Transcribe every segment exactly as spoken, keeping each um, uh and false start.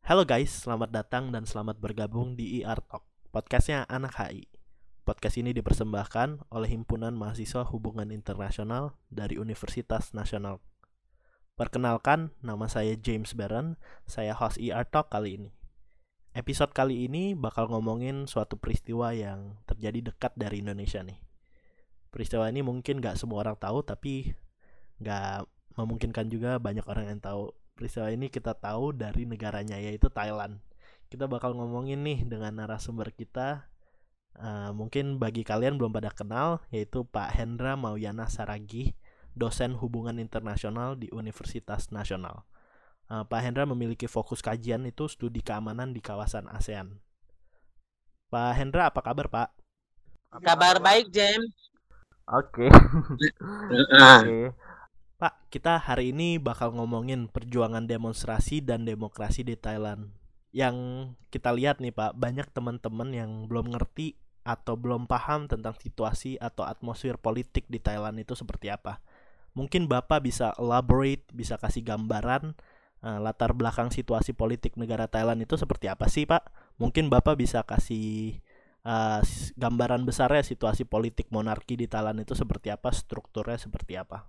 Halo guys, selamat datang dan selamat bergabung di I R Talk, podcastnya anak H I. Podcast ini dipersembahkan oleh Himpunan Mahasiswa Hubungan Internasional dari Universitas Nasional. Perkenalkan, nama saya James Barron, saya host I R Talk kali ini. Episode kali ini bakal ngomongin suatu peristiwa yang terjadi dekat dari Indonesia nih. Peristiwa ini mungkin gak semua orang tahu, tapi gak memungkinkan juga banyak orang yang tahu. Peristiwa ini kita tahu dari negaranya, yaitu Thailand. Kita bakal ngomongin nih dengan narasumber kita. Uh, mungkin bagi kalian belum pada kenal, yaitu Pak Hendra Mauyana Saragih, dosen hubungan internasional di Universitas Nasional. Uh, Pak Hendra memiliki fokus kajian itu studi keamanan di kawasan ASEAN. Pak Hendra, apa kabar Pak? Kabar baik, James. Oke. Oke. Pak, kita hari ini bakal ngomongin perjuangan demonstrasi dan demokrasi di Thailand. Yang kita lihat nih Pak, banyak teman-teman yang belum ngerti atau belum paham tentang situasi atau atmosfer politik di Thailand itu seperti apa. Mungkin Bapak bisa elaborate, bisa kasih gambaran uh, latar belakang situasi politik negara Thailand itu seperti apa sih Pak? Mungkin Bapak bisa kasih uh, gambaran besarnya situasi politik monarki di Thailand itu seperti apa, strukturnya seperti apa.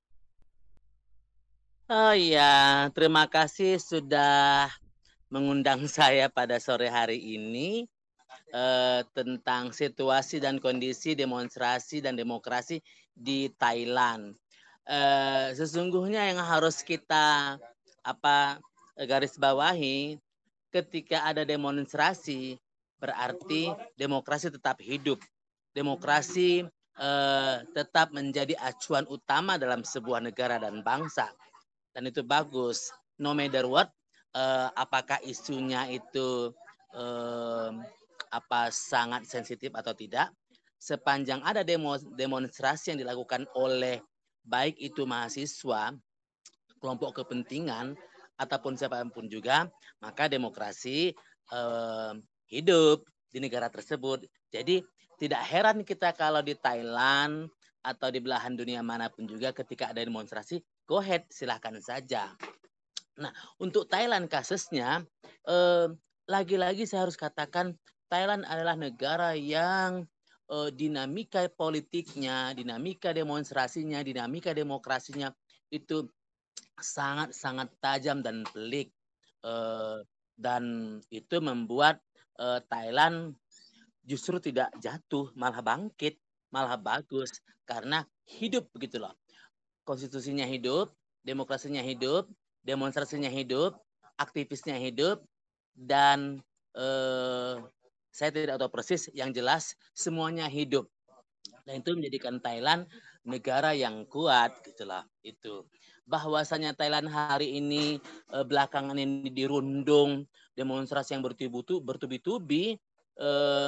Oh iya, terima kasih sudah mengundang saya pada sore hari ini eh, tentang situasi dan kondisi demonstrasi dan demokrasi di Thailand. Eh, sesungguhnya yang harus kita apa garis bawahi, ketika ada demonstrasi berarti demokrasi tetap hidup. Demokrasi eh, tetap menjadi acuan utama dalam sebuah negara dan bangsa. Dan itu bagus, no matter what, uh, apakah isunya itu uh, apa sangat sensitif atau tidak, sepanjang ada demo, demonstrasi yang dilakukan oleh baik itu mahasiswa, kelompok kepentingan ataupun siapapun juga, maka demokrasi uh, hidup di negara tersebut. Jadi tidak heran kita kalau di Thailand atau di belahan dunia manapun juga ketika ada demonstrasi, go ahead, silahkan saja. Nah, untuk Thailand kasusnya, eh, lagi-lagi saya harus katakan Thailand adalah negara yang eh, dinamika politiknya, dinamika demonstrasinya, dinamika demokrasinya itu sangat-sangat tajam dan pelik. Eh, dan itu membuat eh, Thailand justru tidak jatuh, malah bangkit, malah bagus. Karena hidup begitu loh. Konstitusinya hidup, demokrasinya hidup, demonstrasinya hidup, aktivisnya hidup, dan eh, saya tidak tahu persis, yang jelas semuanya hidup. Dan itu menjadikan Thailand negara yang kuat gitulah itu. Bahwasanya Thailand hari ini eh, belakangan ini dirundung demonstrasi yang bertubi-tubi, eh,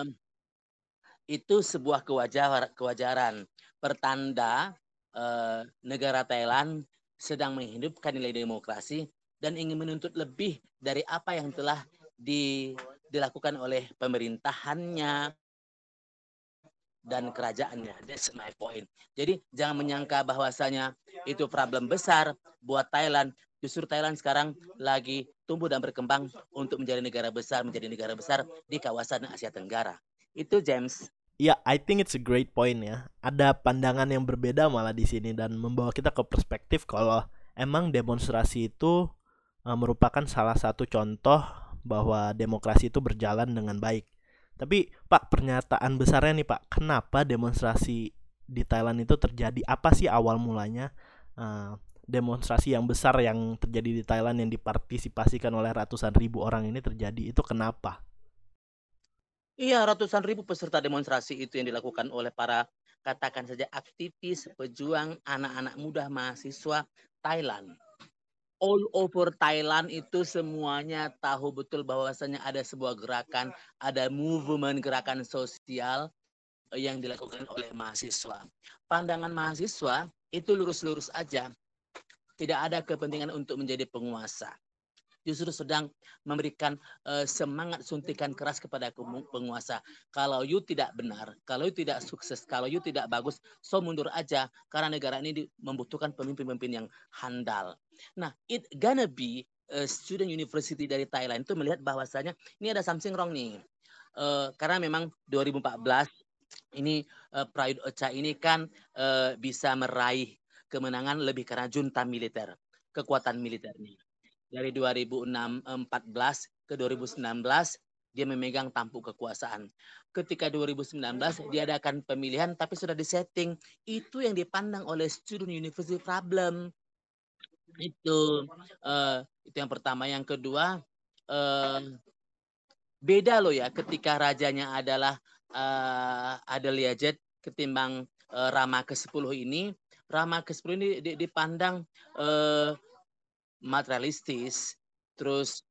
itu sebuah kewajar, kewajaran pertanda eh, negara Thailand sedang menghidupkan nilai demokrasi dan ingin menuntut lebih dari apa yang telah di, dilakukan oleh pemerintahannya dan kerajaannya. That's my point. Jadi jangan menyangka bahwasanya itu problem besar buat Thailand. Justru Thailand sekarang lagi tumbuh dan berkembang untuk menjadi negara besar, menjadi negara besar di kawasan Asia Tenggara. Itu James. Ya, yeah, I think it's a great point ya. Ada pandangan yang berbeda malah di sini dan membawa kita ke perspektif kalau emang demonstrasi itu uh, merupakan salah satu contoh bahwa demokrasi itu berjalan dengan baik. Tapi Pak, pernyataan besarnya nih Pak, kenapa demonstrasi di Thailand itu terjadi? Apa sih awal mulanya uh, demonstrasi yang besar yang terjadi di Thailand yang dipartisipasikan oleh ratusan ribu orang ini terjadi? Itu kenapa? Iya, ratusan ribu peserta demonstrasi itu yang dilakukan oleh para, katakan saja, aktivis, pejuang, anak-anak muda mahasiswa Thailand. All over Thailand itu semuanya tahu betul bahwasanya ada sebuah gerakan, ada movement gerakan sosial yang dilakukan oleh mahasiswa. Pandangan mahasiswa itu lurus-lurus aja. Tidak ada kepentingan untuk menjadi penguasa. Justru sedang memberikan uh, semangat suntikan keras kepada penguasa. Kalau you tidak benar, kalau you tidak sukses, kalau you tidak bagus, so mundur aja. Karena negara ini membutuhkan pemimpin-pemimpin yang handal. Nah, it gonna be uh, student university dari Thailand itu melihat bahwasanya ini ada something wrong nih. Uh, karena memang dua ribu empat belas ini uh, Prayut Ocha ini kan uh, bisa meraih kemenangan lebih karena junta militer, kekuatan militernya. Dari dua ribu empat belas ke dua ribu sembilan belas dia memegang tampuk kekuasaan. Ketika dua ribu sembilan belas diadakan pemilihan tapi sudah disetting. Itu yang dipandang oleh student university problem. Itu uh, itu yang pertama. Yang kedua, uh, beda loh ya ketika rajanya adalah uh, Adeliajet ketimbang uh, Rama kesepuluh ini. Rama kesepuluh ini dipandang uh, materialistis, terus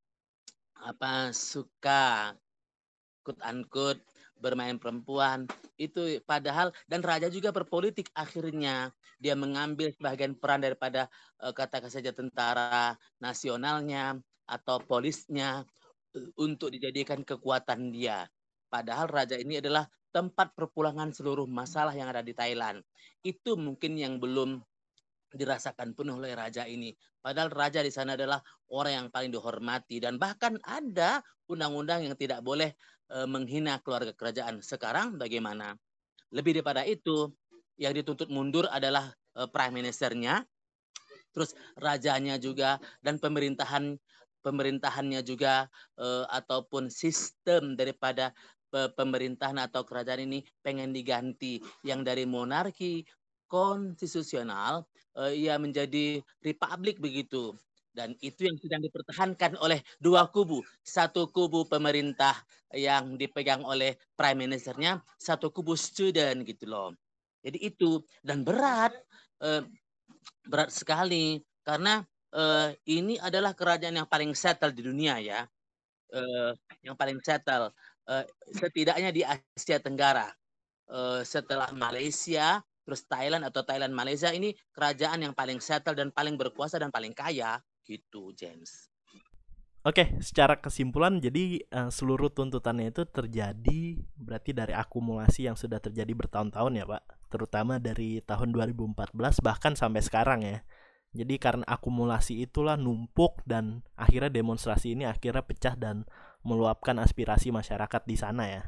apa suka quote unquote bermain perempuan itu, padahal dan raja juga berpolitik, akhirnya dia mengambil sebagian peran daripada uh, katakan saja tentara nasionalnya atau polisnya uh, untuk dijadikan kekuatan dia, padahal raja ini adalah tempat perpulangan seluruh masalah yang ada di Thailand. Itu mungkin yang belum dirasakan penuh oleh raja ini. Padahal raja di sana adalah orang yang paling dihormati dan bahkan ada undang-undang yang tidak boleh e, menghina keluarga kerajaan. Sekarang bagaimana? Lebih daripada itu, yang dituntut mundur adalah e, prime ministernya, terus rajanya juga dan pemerintahan pemerintahannya juga e, ataupun sistem daripada pemerintahan atau kerajaan ini pengen diganti yang dari monarki konstitusional uh, ia menjadi republik begitu, dan itu yang sedang dipertahankan oleh dua kubu, satu kubu pemerintah yang dipegang oleh prime ministernya, satu kubu student gitu loh. Jadi itu, dan berat uh, berat sekali karena uh, ini adalah kerajaan yang paling settle di dunia ya, uh, yang paling settle uh, setidaknya di Asia Tenggara, uh, setelah Malaysia. Terus Thailand atau Thailand Malaysia ini kerajaan yang paling settle dan paling berkuasa dan paling kaya gitu, James. Oke, secara kesimpulan jadi uh, seluruh tuntutannya itu terjadi berarti dari akumulasi yang sudah terjadi bertahun-tahun ya Pak, terutama dari tahun dua ribu empat belas bahkan sampai sekarang ya. Jadi karena akumulasi itulah numpuk dan akhirnya demonstrasi ini akhirnya pecah dan meluapkan aspirasi masyarakat di sana ya.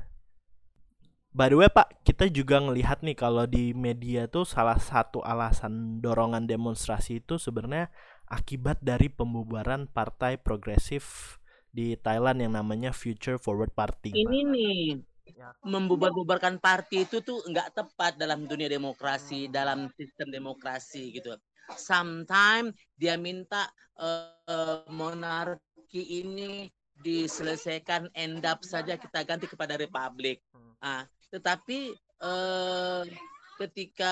By the way Pak, kita juga ngelihat nih kalau di media tuh salah satu alasan dorongan demonstrasi itu sebenarnya akibat dari pembubaran partai progresif di Thailand yang namanya Future Forward Party. Ini Pak. nih, membubar-bubarkan parti itu tuh nggak tepat dalam dunia demokrasi, dalam sistem demokrasi gitu. Sometimes dia minta uh, monarki ini diselesaikan, end up saja kita ganti kepada republik. Ah, tetapi eh, ketika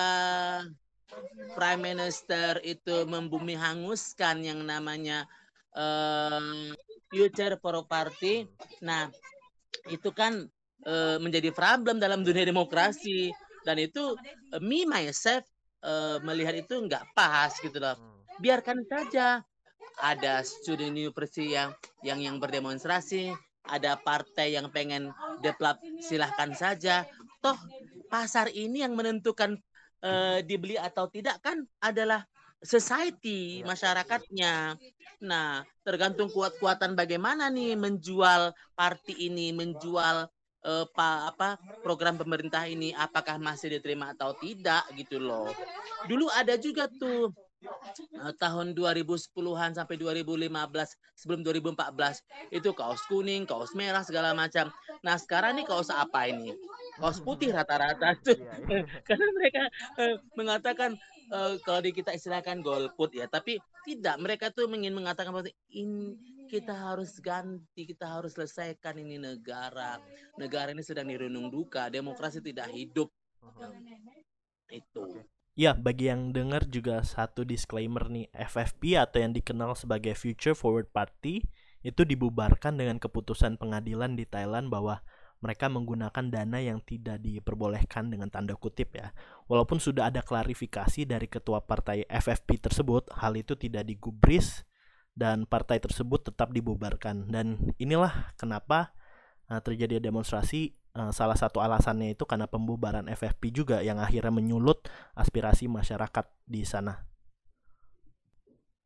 Prime Minister itu membumi hanguskan yang namanya eh, Future Forward Party, nah itu kan eh, menjadi problem dalam dunia demokrasi, dan itu eh, me myself eh, melihat itu nggak pas gitu loh. Biarkan saja ada student university yang yang yang berdemonstrasi, ada partai yang pengen develop, silahkan saja. Toh pasar ini yang menentukan uh, dibeli atau tidak kan adalah society, masyarakatnya. Nah, tergantung kuat-kuatan bagaimana nih menjual parti ini, menjual uh, pa, apa program pemerintah ini, apakah masih diterima atau tidak gitu loh. Dulu ada juga tuh tahun dua ribu sepuluhan sampai dua ribu lima belas, sebelum dua ribu empat belas itu kaos kuning, kaos merah segala macam. Nah sekarang nih kaos apa ini? Kaos putih rata-rata tuh. Karena mereka uh, mengatakan uh, kalau di kita istilahkan golput ya, tapi tidak, mereka tuh ingin mengatakan bahwa ini kita harus ganti, kita harus selesaikan ini negara. Negara ini sedang dirundung duka, demokrasi tidak hidup. Itu. Ya, bagi yang dengar juga satu disclaimer nih, F F P atau yang dikenal sebagai Future Forward Party itu dibubarkan dengan keputusan pengadilan di Thailand bahwa mereka menggunakan dana yang tidak diperbolehkan dengan tanda kutip ya. Walaupun sudah ada klarifikasi dari ketua partai F F P tersebut, hal itu tidak digubris dan partai tersebut tetap dibubarkan. Dan inilah kenapa uh, terjadi demonstrasi. Uh, salah satu alasannya itu karena pembubaran F F P juga yang akhirnya menyulut aspirasi masyarakat di sana.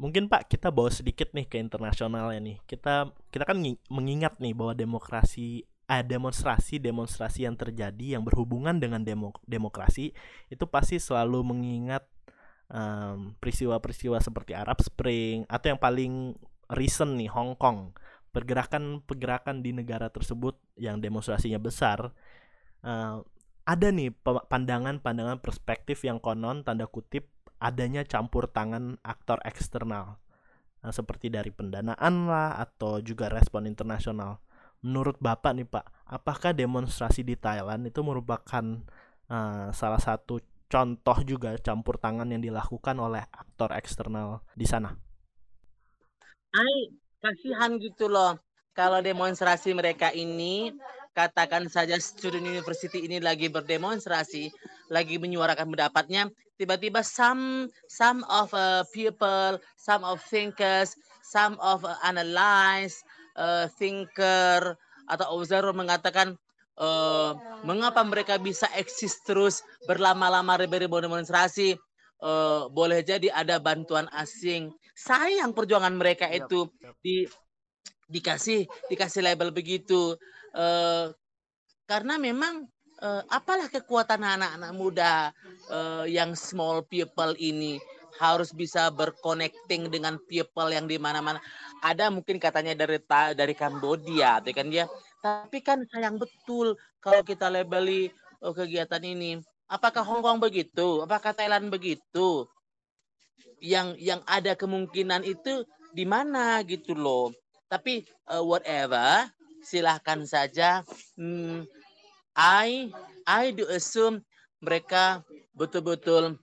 Mungkin Pak kita bawa sedikit nih ke internasionalnya nih. Kita kita kan mengingat nih bahwa demokrasi eh, demonstrasi demonstrasi yang terjadi yang berhubungan dengan demo, demokrasi itu pasti selalu mengingat um, peristiwa-peristiwa seperti Arab Spring atau yang paling recent nih Hong Kong. Pergerakan-pergerakan di negara tersebut yang demonstrasinya besar, uh, ada nih pandangan-pandangan perspektif yang konon tanda kutip adanya campur tangan aktor eksternal, nah, seperti dari pendanaan lah atau juga respon internasional. Menurut Bapak nih Pak, apakah demonstrasi di Thailand itu merupakan uh, salah satu contoh juga campur tangan yang dilakukan oleh aktor eksternal di sana? Ay, kasihan gitu loh. Kalau demonstrasi mereka ini, katakan saja student university ini lagi berdemonstrasi, lagi menyuarakan pendapatnya, tiba-tiba some some of uh, people, some of thinkers, some of uh, analyze, uh, thinker atau observer mengatakan uh, mengapa mereka bisa eksis terus berlama-lama berdemonstrasi? Uh, boleh jadi ada bantuan asing. Sayang perjuangan mereka itu di dikasih dikasih label begitu. Uh, karena memang uh, apalah kekuatan anak-anak muda uh, yang small people ini harus bisa berconnecting dengan people yang di mana-mana. Ada mungkin katanya dari dari Kambodia, kan ya. Tapi kan sayang betul kalau kita labeli uh, kegiatan ini. Apakah Hong Kong begitu? Apakah Thailand begitu? Yang yang ada kemungkinan itu di mana gitu loh. Tapi uh, whatever, silahkan saja. Hmm, I I do assume mereka betul-betul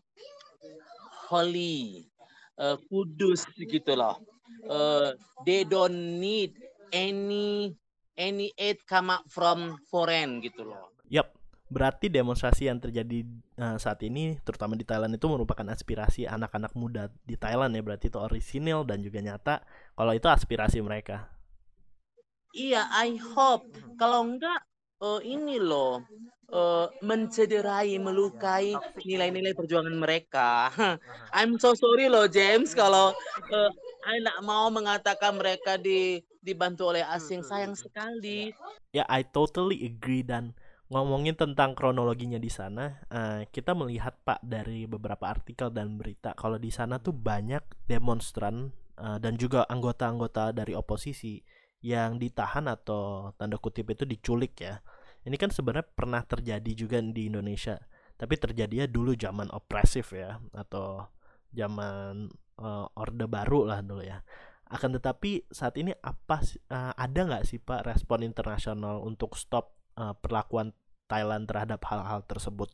holy, uh, kudus gitu loh. Uh, they don't need any any aid come up from foreign gitu loh. Yap, berarti demonstrasi yang terjadi uh, saat ini terutama di Thailand itu merupakan aspirasi anak-anak muda di Thailand ya, berarti itu orisinil dan juga nyata kalau itu aspirasi mereka. Iya, I hope. Kalau enggak uh, ini loh uh, mencederai, melukai nilai-nilai perjuangan mereka. I'm so sorry loh James kalau uh, I nggak mau mengatakan mereka di dibantu oleh asing, sayang sekali. Ya, I totally agree. Dan ngomongin tentang kronologinya di sana, uh, kita melihat Pak dari beberapa artikel dan berita kalau di sana tuh banyak demonstran uh, dan juga anggota-anggota dari oposisi yang ditahan atau tanda kutip itu diculik ya. Ini kan sebenarnya pernah terjadi juga di Indonesia, tapi terjadinya dulu zaman opresif ya, atau zaman uh, Orde Baru lah dulu ya. Akan tetapi saat ini apa uh, ada nggak sih Pak respon internasional untuk stop uh, perlakuan Thailand terhadap hal-hal tersebut?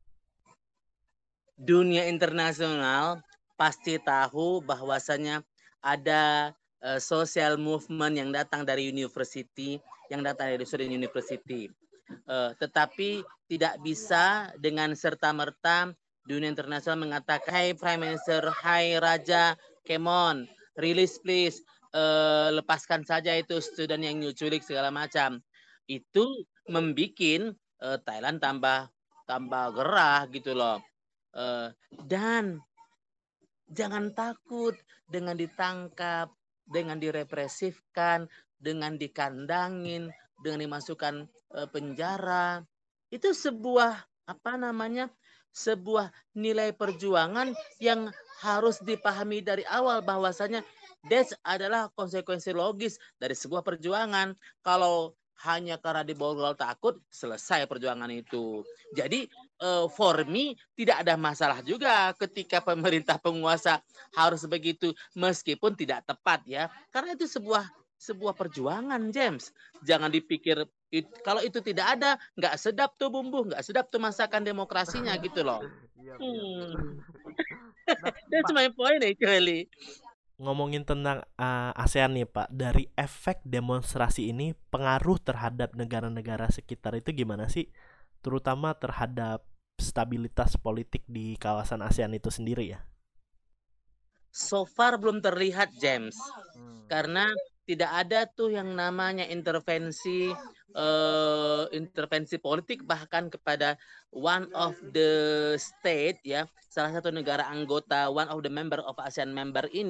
Dunia internasional pasti tahu bahwasanya ada uh, social movement yang datang dari university, yang datang dari student university. Uh, tetapi tidak bisa dengan serta-merta dunia internasional mengatakan, "Hai Prime Minister, hai Raja, come on, release please, uh, lepaskan saja itu student yang nyuculik segala macam." Itu membikin uh, Thailand tambah tambah gerah gitu loh. Uh, dan jangan takut dengan ditangkap, dengan direpresifkan, dengan dikandangin, dengan dimasukkan uh, penjara. Itu sebuah apa namanya? Sebuah nilai perjuangan yang harus dipahami dari awal bahwasanya that's adalah konsekuensi logis dari sebuah perjuangan. Kalau hanya karena diborgol takut, selesai perjuangan itu. Jadi uh, for me tidak ada masalah juga ketika pemerintah penguasa harus begitu, meskipun tidak tepat ya. Karena itu sebuah sebuah perjuangan, James. Jangan dipikir it, kalau itu tidak ada, nggak sedap tuh bumbu, nggak sedap tuh masakan demokrasinya gitu loh. Hmm. That's my point actually. Ngomongin tentang uh, ASEAN nih Pak, dari efek demonstrasi ini pengaruh terhadap negara-negara sekitar itu gimana sih? Terutama terhadap stabilitas politik di kawasan ASEAN itu sendiri ya? So far belum terlihat, James. Hmm. Karena tidak ada tuh yang namanya intervensi uh, intervensi politik bahkan kepada one of the state ya, salah satu negara anggota, one of the member of ASEAN member ini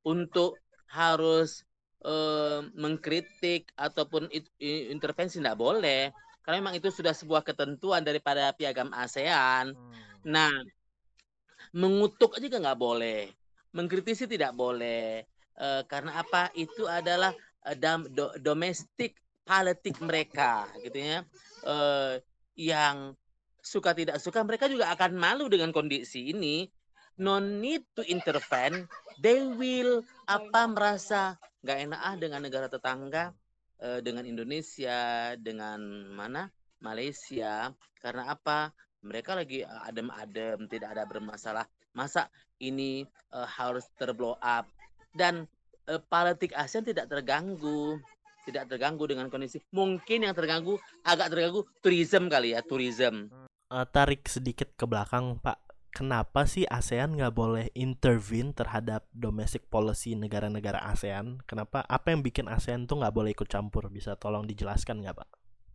untuk harus uh, mengkritik ataupun it, intervensi tidak boleh, karena memang itu sudah sebuah ketentuan daripada piagam ASEAN. Hmm. Nah, mengutuk aja nggak boleh, mengkritisi tidak boleh, uh, karena apa? Itu adalah uh, dam, do, domestik politik mereka, gitu ya. Uh, yang suka tidak suka mereka juga akan malu dengan kondisi ini. No need to intervene. They will apa merasa nggak enak ah dengan negara tetangga, uh, dengan Indonesia, dengan mana Malaysia, karena apa? Mereka lagi adem-adem, tidak ada bermasalah. Masa ini uh, harus terblow up, dan uh, politik ASEAN tidak terganggu, tidak terganggu dengan kondisi. Mungkin yang terganggu agak terganggu tourism kali ya, tourism. Uh, tarik sedikit ke belakang, Pak. Kenapa sih ASEAN nggak boleh intervene terhadap domestic policy negara-negara ASEAN? Kenapa? Apa yang bikin ASEAN tuh nggak boleh ikut campur? Bisa tolong dijelaskan nggak, Pak?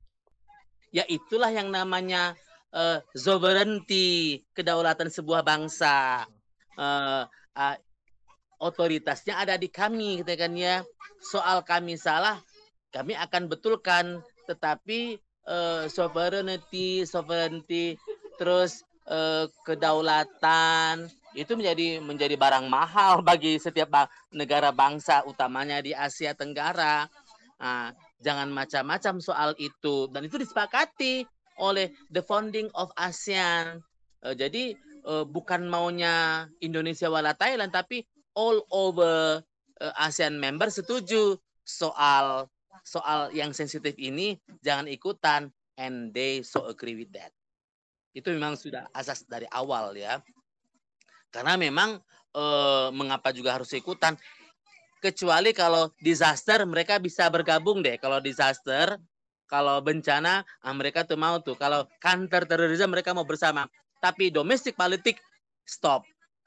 Ya itulah yang namanya uh, sovereignty, kedaulatan sebuah bangsa. Uh, uh, otoritasnya ada di kami, gitu kan ya. Soal kami salah, kami akan betulkan. Tetapi uh, sovereignty, sovereignty, terus uh, kedaulatan itu menjadi menjadi barang mahal bagi setiap ba- negara bangsa, utamanya di Asia Tenggara. Nah, jangan macam-macam soal itu, dan itu disepakati oleh the founding of ASEAN. Uh, jadi uh, bukan maunya Indonesia wala Thailand, tapi all over uh, ASEAN member setuju soal soal yang sensitif ini jangan ikutan, and they so agree with that. Itu memang sudah asas dari awal ya. Karena memang uh, mengapa juga harus ikutan? Kecuali kalau disaster mereka bisa bergabung deh. Kalau disaster, kalau bencana ah, mereka tuh mau tuh. Kalau counter terorisme mereka mau bersama. Tapi domestik politik stop.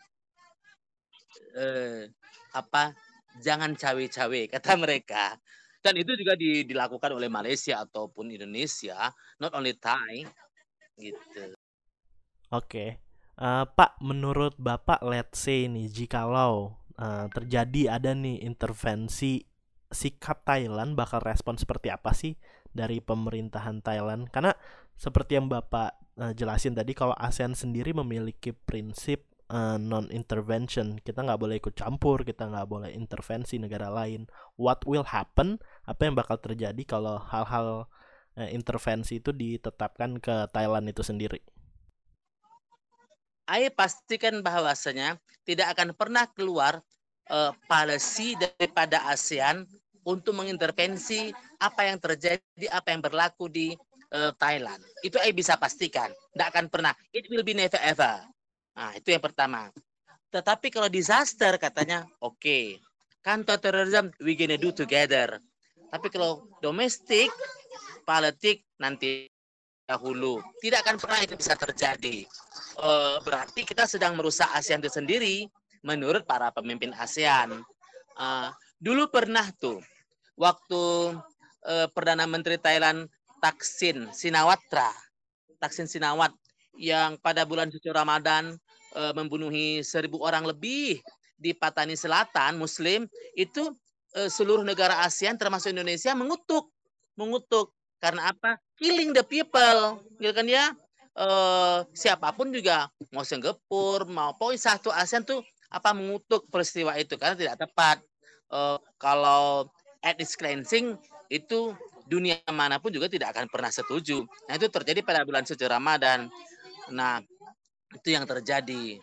Eh, apa? Jangan cawe-cawe kata mereka. Dan itu juga di, dilakukan oleh Malaysia ataupun Indonesia, not only Thai, gitu. Oke, okay. uh, Pak, menurut Bapak, let's say nih, jikalau uh, terjadi ada nih intervensi, sikap Thailand bakal respon seperti apa sih dari pemerintahan Thailand? Karena seperti yang Bapak uh, jelasin tadi, kalau ASEAN sendiri memiliki prinsip uh, non-intervention, kita nggak boleh ikut campur, kita nggak boleh intervensi negara lain. What will happen? Apa yang bakal terjadi kalau hal-hal uh, intervensi itu ditetapkan ke Thailand itu sendiri? Saya pastikan bahwasanya tidak akan pernah keluar uh, policy daripada ASEAN untuk mengintervensi apa yang terjadi, apa yang berlaku di uh, Thailand. Itu saya bisa pastikan. Tidak akan pernah. It will be never ever. Nah, itu yang pertama. Tetapi kalau disaster katanya, oke. Okay. Counter terrorism, we gonna do together. Tapi kalau domestik, politik, nanti dahulu. Tidak akan pernah itu bisa terjadi. Uh, berarti kita sedang merusak ASEAN itu sendiri menurut para pemimpin ASEAN. Uh, dulu pernah tuh waktu uh, Perdana Menteri Thailand Thaksin Shinawatra, Thaksin Shinawat yang pada bulan suci Ramadan uh, membunuhi seribu orang lebih di Patani Selatan Muslim, itu uh, seluruh negara ASEAN termasuk Indonesia mengutuk, mengutuk karena apa? Killing the people, gitu kan ya. Uh, siapapun juga, mau Singapura, mau pokoknya satu ASEAN tuh apa mengutuk peristiwa itu karena tidak tepat. Uh, kalau ethnic cleansing itu dunia manapun juga tidak akan pernah setuju. Nah itu terjadi pada bulan suci Ramadan. Nah itu yang terjadi.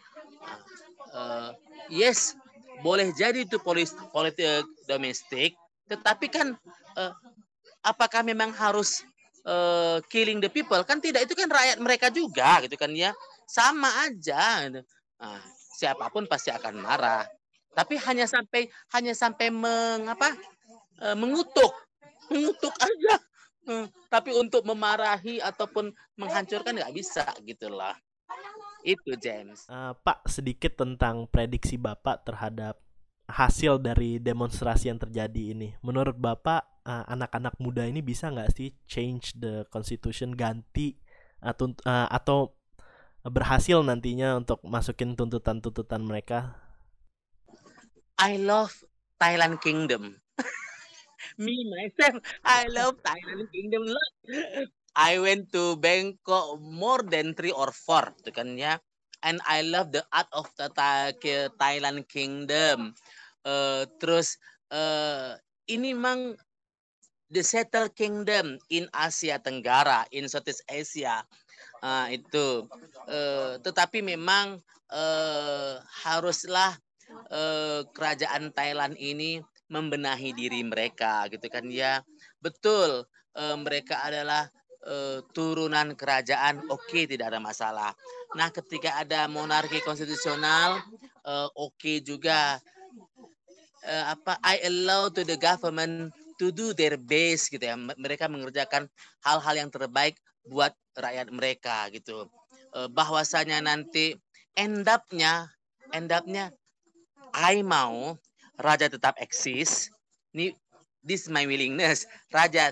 Uh, yes, boleh jadi itu politik domestik, tetapi kan uh, apakah memang harus uh, killing the people? Kan tidak, itu kan rakyat mereka juga, gitu kan ya. Sama aja. Nah, siapapun pasti akan marah. Tapi hanya sampai hanya sampai mengapa? Uh, mengutuk, mengutuk aja. Uh, tapi untuk memarahi ataupun menghancurkan nggak bisa, gitulah. Itu James. Uh, Pak, sedikit tentang prediksi Bapak terhadap hasil dari demonstrasi yang terjadi ini. Menurut Bapak, uh, anak-anak muda ini bisa nggak sih change the constitution, ganti uh, tunt- uh, atau berhasil nantinya untuk masukin tuntutan-tuntutan mereka? I love Thailand Kingdom. Me myself, I love Thailand Kingdom. Look, I went to Bangkok more than three or four, gitu kan ya. And I love the art of the Tha- ke- Thailand Kingdom. Eh, terus eh ini mang the settled kingdom in Asia Tenggara, in Southeast Asia. Ah, itu. Eh, tetapi memang eh, haruslah eh, kerajaan Thailand ini membenahi diri mereka, gitu kan ya. Betul, eh, mereka adalah eh, turunan kerajaan, oke, okay, tidak ada masalah. Nah, ketika ada monarki konstitusional, eh, oke okay juga. Eh, apa I allow to the government to do their best gitu ya. Mereka mengerjakan hal-hal yang terbaik buat rakyat mereka gitu. Eh, bahwasanya nanti end up-nya end up-nya I mau raja tetap eksis. Ini this is my willingness. Raja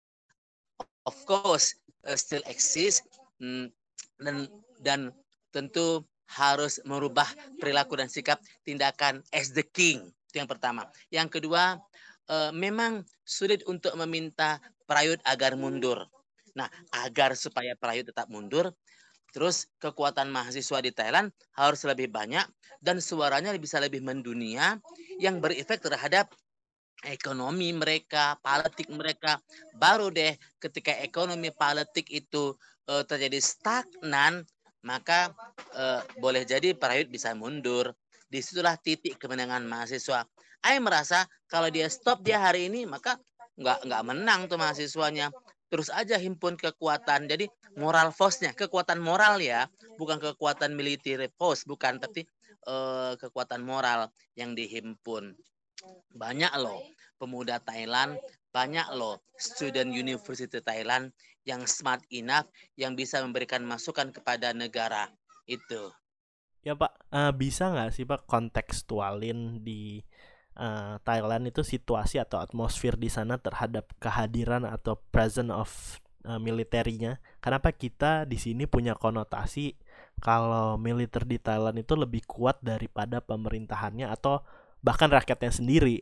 of course uh, still exist, mm, dan dan tentu harus merubah perilaku dan sikap tindakan as the king. Itu yang pertama. Yang kedua, uh, memang sulit untuk meminta Prayut agar mundur. Nah, agar supaya Prayut tetap mundur, terus kekuatan mahasiswa di Thailand harus lebih banyak dan suaranya bisa lebih mendunia yang berefek terhadap ekonomi mereka, politik mereka. Baru deh ketika ekonomi politik itu uh, terjadi stagnan, maka uh, boleh jadi Prayut bisa mundur. Disitulah titik kemenangan mahasiswa. Saya merasa kalau dia stop dia hari ini, maka nggak nggak menang tuh mahasiswanya. Terus aja himpun kekuatan. Jadi moral force-nya, kekuatan moral ya, bukan kekuatan military force, bukan, tapi uh, kekuatan moral yang dihimpun. Banyak loh pemuda Thailand, banyak loh student University Thailand yang smart enough yang bisa memberikan masukan kepada negara itu. Ya Pak, eh, bisa nggak sih Pak kontekstualin di eh, Thailand itu situasi atau atmosfer di sana terhadap kehadiran atau presence of eh, militernya? Kenapa kita di sini punya konotasi kalau militer di Thailand itu lebih kuat daripada pemerintahannya atau bahkan rakyatnya sendiri?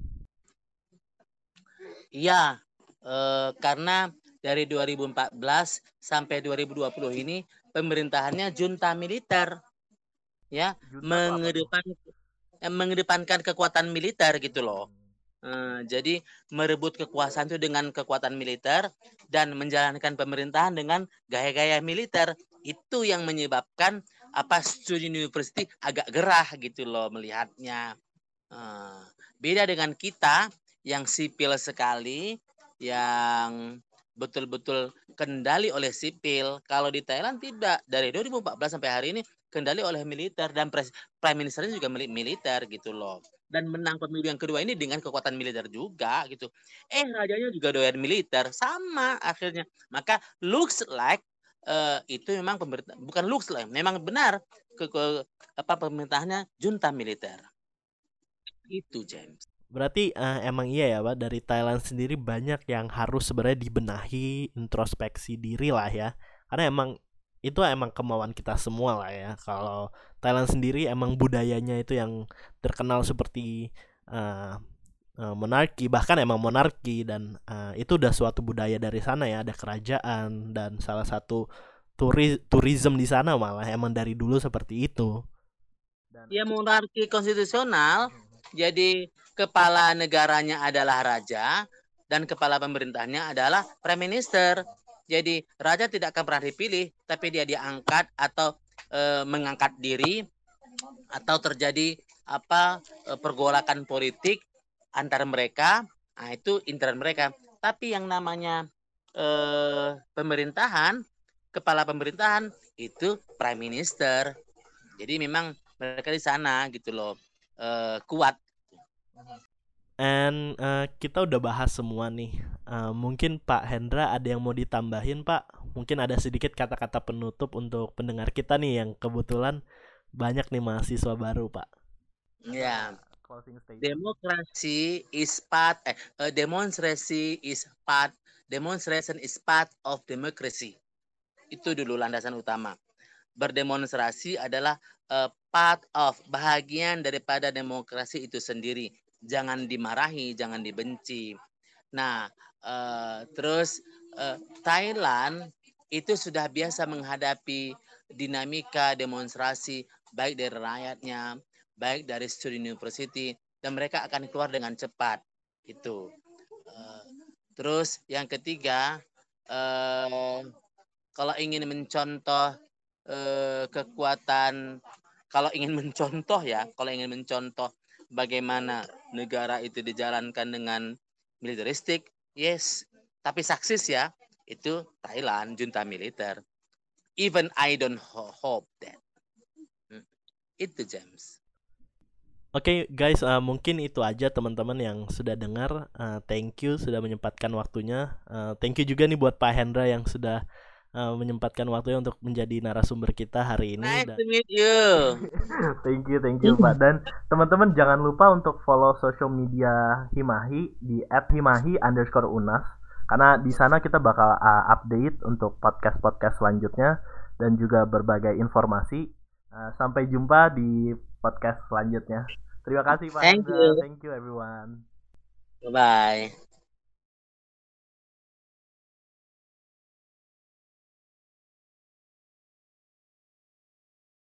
Iya, eh, karena dari dua ribu empat belas sampai dua ribu dua puluh ini pemerintahannya junta militer, ya, mengedepan, eh, mengedepankan kekuatan militer gitu loh. Eh, jadi merebut kekuasaan itu dengan kekuatan militer dan menjalankan pemerintahan dengan gaya-gaya militer. Itu yang menyebabkan apa studi university agak gerah gitu loh melihatnya. Eh, beda dengan kita yang sipil sekali, yang betul-betul kendali oleh sipil. Kalau di Thailand tidak. Dari dua ribu empat belas sampai hari ini kendali oleh militer dan pres, prime ministernya juga militer gitu loh. Dan menang pemilu yang kedua ini dengan kekuatan militer juga gitu. Eh rajanya juga doyan militer, sama akhirnya. Maka looks like uh, itu memang pemerintah, bukan looks like, memang benar ke, ke apa pemerintahannya junta militer. Itu James. Berarti eh, emang iya ya Pak, dari Thailand sendiri banyak yang harus sebenarnya dibenahi, introspeksi diri lah ya. Karena emang itu emang kemauan kita semua lah ya. Kalau Thailand sendiri emang budayanya itu yang terkenal seperti eh, eh, monarki, bahkan emang monarki, dan eh, itu udah suatu budaya dari sana ya, ada kerajaan dan salah satu turi tourism di sana malah emang dari dulu seperti itu. Dan Ya monarki konstitusional, jadi kepala negaranya adalah raja dan kepala pemerintahnya adalah prime minister. Jadi raja tidak akan pernah dipilih, tapi dia diangkat atau e, mengangkat diri atau terjadi apa e, pergolakan politik antar mereka. Nah, itu intern mereka. Tapi yang namanya e, pemerintahan, kepala pemerintahan itu prime minister. Jadi memang mereka di sana gitu loh, uh, kuat. And uh, kita udah bahas semua nih. Uh, mungkin Pak Hendra ada yang mau ditambahin Pak? Mungkin ada sedikit kata-kata penutup untuk pendengar kita nih yang kebetulan banyak nih mahasiswa baru Pak. Ya, demokrasi is part, eh, uh, demonstrasi is part, demonstration is part of democracy. Itu dulu landasan utama. Berdemonstrasi adalah uh, part of, bahagian daripada demokrasi itu sendiri. Jangan dimarahi, jangan dibenci. Nah, uh, terus uh, Thailand itu sudah biasa menghadapi dinamika demonstrasi baik dari rakyatnya, baik dari student university, dan mereka akan keluar dengan cepat. Itu. Uh, terus yang ketiga, uh, kalau ingin mencontoh uh, kekuatan, kalau ingin mencontoh ya, kalau ingin mencontoh bagaimana negara itu dijalankan dengan militeristik, yes, tapi sukses ya, itu Thailand, junta militer. Even I don't hope that. Hmm. Itu James. Oke okay, guys, uh, mungkin itu aja teman-teman yang sudah dengar. Uh, thank you sudah menyempatkan waktunya. Uh, thank you juga nih buat Pak Hendra yang sudah uh, menyempatkan waktunya untuk menjadi narasumber kita hari ini. Nice to meet you. Thank you, thank you Pak. Dan teman-teman jangan lupa untuk follow social media Himahi di at himahi underscore unas. Karena di sana kita bakal uh, update untuk podcast-podcast selanjutnya dan juga berbagai informasi. Uh, sampai jumpa di podcast selanjutnya. Terima kasih Pak Thank Hendra. you. Thank you everyone. Bye-bye.